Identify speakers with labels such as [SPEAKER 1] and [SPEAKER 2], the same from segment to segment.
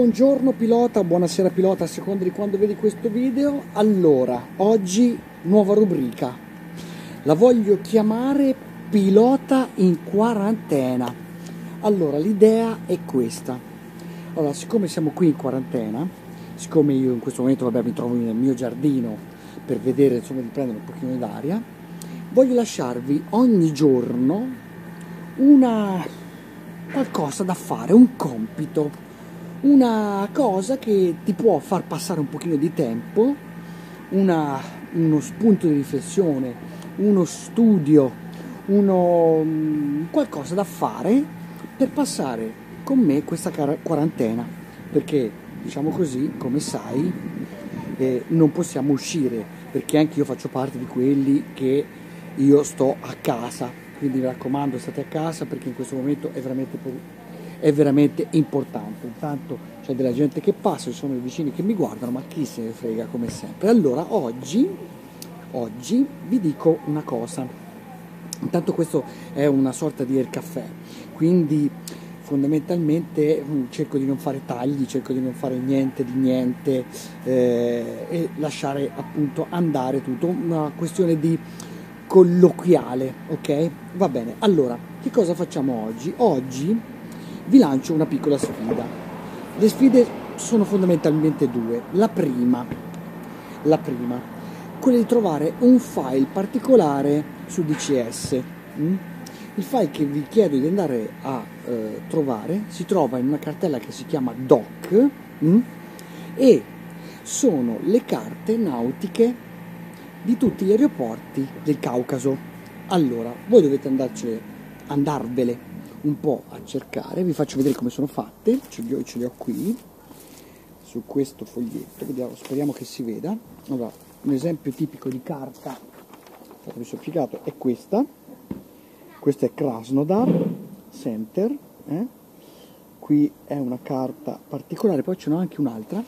[SPEAKER 1] Buongiorno pilota, buonasera pilota, a seconda di quando vedi questo video. Allora, oggi nuova rubrica, la voglio chiamare pilota in quarantena. Allora, l'idea è questa. Allora, siccome siamo qui in quarantena, siccome io in questo momento mi trovo nel mio giardino per vedere, insomma, di prendere un pochino d'aria, voglio lasciarvi ogni giorno qualcosa da fare, un compito, una cosa che ti può far passare un pochino di tempo, uno spunto di riflessione, uno studio, qualcosa da fare per passare con me questa quarantena, perché diciamo così, come sai, non possiamo uscire, perché anche io faccio parte di quelli che io sto a casa, quindi mi raccomando, state a casa perché in questo momento è veramente importante. Intanto c'è della gente che passa, ci sono i vicini che mi guardano, ma chi se ne frega, come sempre. Allora oggi vi dico una cosa. Intanto questo è una sorta di air caffè, quindi fondamentalmente cerco di non fare tagli, cerco di non fare niente di niente e lasciare appunto andare tutto, una questione di colloquiale, ok? Va bene. Allora, che cosa facciamo oggi? Oggi vi lancio una piccola sfida. Le sfide sono fondamentalmente due. La prima, quella di trovare un file particolare su DCS. Il file che vi chiedo di andare a trovare si trova in una cartella che si chiama doc e sono le carte nautiche di tutti gli aeroporti del Caucaso. Allora, voi dovete andarvele un po' a cercare, vi faccio vedere come sono fatte, ce li ho qui su questo foglietto, vediamo, speriamo che si veda. Allora, un esempio tipico di carta, vi sono spiegato, è questa è Krasnodar Center, qui è una carta particolare, poi ce n'ho anche un'altra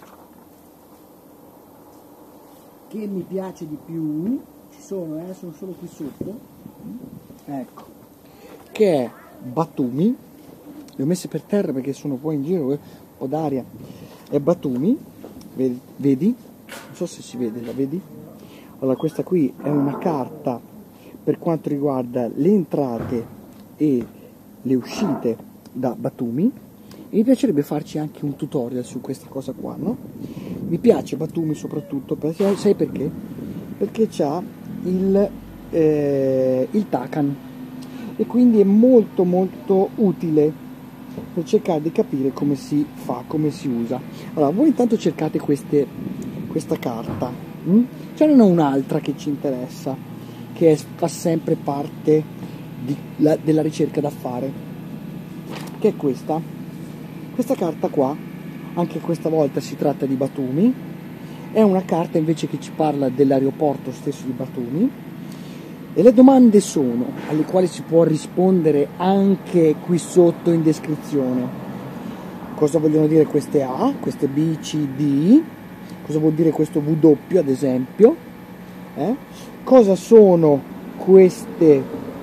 [SPEAKER 1] che mi piace di più, sono solo qui sotto, ecco, che è Batumi, le ho messe per terra perché sono poi in giro, un po' d'aria, è Batumi, vedi? Non so se si vede, la vedi? Allora questa qui è una carta per quanto riguarda le entrate e le uscite da Batumi, e mi piacerebbe farci anche un tutorial su questa cosa qua, no? Mi piace Batumi soprattutto, perché, sai perché? Perché c'ha il Takan, e quindi è molto molto utile per cercare di capire come si fa, come si usa. Allora, voi intanto cercate questa carta, ce n'è un'altra che ci interessa, che fa sempre parte della ricerca da fare, che è questa carta qua. Anche questa volta si tratta di Batumi, è una carta invece che ci parla dell'aeroporto stesso di Batumi, e le domande sono, alle quali si può rispondere anche qui sotto in descrizione: cosa vogliono dire queste A, queste B, C, D, cosa vuol dire questo W ad esempio, cosa sono queste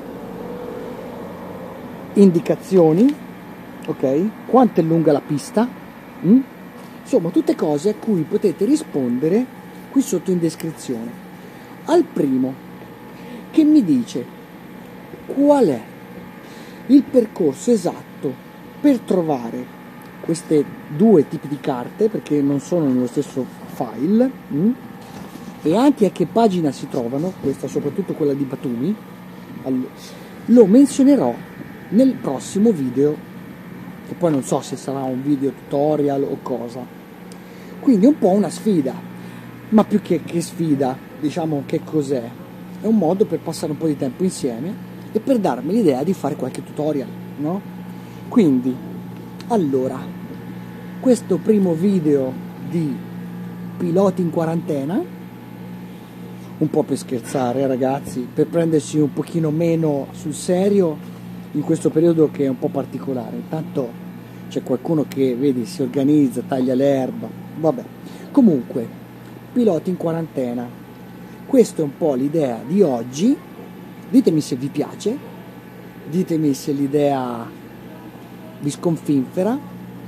[SPEAKER 1] indicazioni, ok? Quanto è lunga la pista? Insomma, tutte cose a cui potete rispondere qui sotto in descrizione. Al primo, che mi dice qual è il percorso esatto per trovare questi due tipi di carte, perché non sono nello stesso file, e anche a che pagina si trovano, questa soprattutto quella di Batumi, lo menzionerò nel prossimo video, che poi non so se sarà un video tutorial o cosa. Quindi è un po' una sfida, ma più che sfida, diciamo, che cos'è? È un modo per passare un po' di tempo insieme e per darmi l'idea di fare qualche tutorial, no? Quindi, allora, questo primo video di piloti in quarantena, un po' per scherzare, ragazzi, per prendersi un pochino meno sul serio in questo periodo che è un po' particolare. Intanto c'è qualcuno che, vedi, si organizza, taglia l'erba, vabbè. Comunque, piloti in quarantena, questa è un po' l'idea di oggi. Ditemi se vi piace, ditemi se l'idea vi sconfinfera,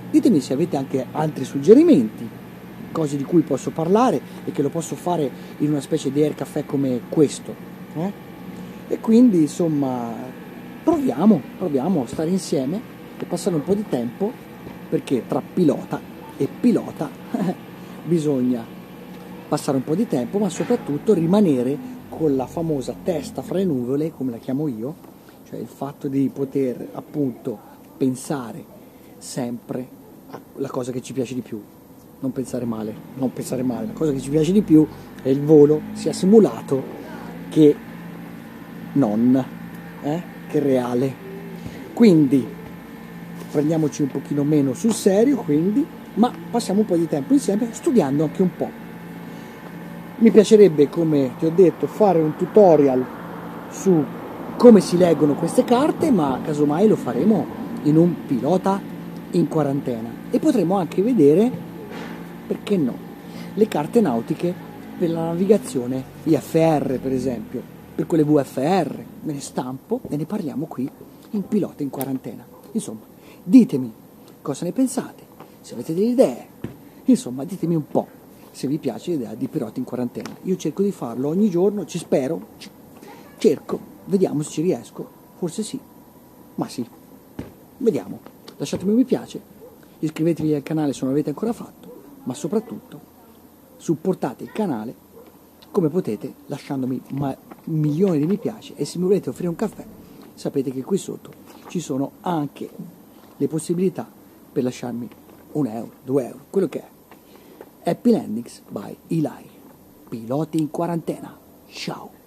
[SPEAKER 1] Ditemi se avete anche altri suggerimenti, cose di cui posso parlare e che lo posso fare in una specie di air caffè come questo. E quindi insomma proviamo a stare insieme e passare un po' di tempo, perché tra pilota e pilota bisogna passare un po' di tempo, ma soprattutto rimanere con la famosa testa fra le nuvole, come la chiamo io, cioè il fatto di poter appunto pensare sempre alla cosa che ci piace di più. Non pensare male, la cosa che ci piace di più è il volo, sia simulato che non, che reale. Quindi prendiamoci un pochino meno sul serio, ma passiamo un po' di tempo insieme studiando anche un po'. Mi piacerebbe, come ti ho detto, fare un tutorial su come si leggono queste carte, ma casomai lo faremo in un pilota in quarantena e potremo anche vedere, perché no, le carte nautiche per la navigazione IFR, per esempio, per quelle VFR, me ne stampo e ne parliamo qui in pilota in quarantena. Insomma, ditemi cosa ne pensate, se avete delle idee, insomma ditemi un po' se vi piace l'idea di pilota in quarantena. Io cerco di farlo ogni giorno, ci spero, cerco, vediamo se ci riesco, forse sì, ma sì, vediamo. Lasciatemi un mi piace, iscrivetevi al canale se non l'avete ancora fatto, ma soprattutto supportate il canale come potete lasciandomi milioni di mi piace, e se mi volete offrire un caffè sapete che qui sotto ci sono anche le possibilità per lasciarmi €1, €2, quello che è. Happy Landings by Eli, piloti in quarantena. Ciao!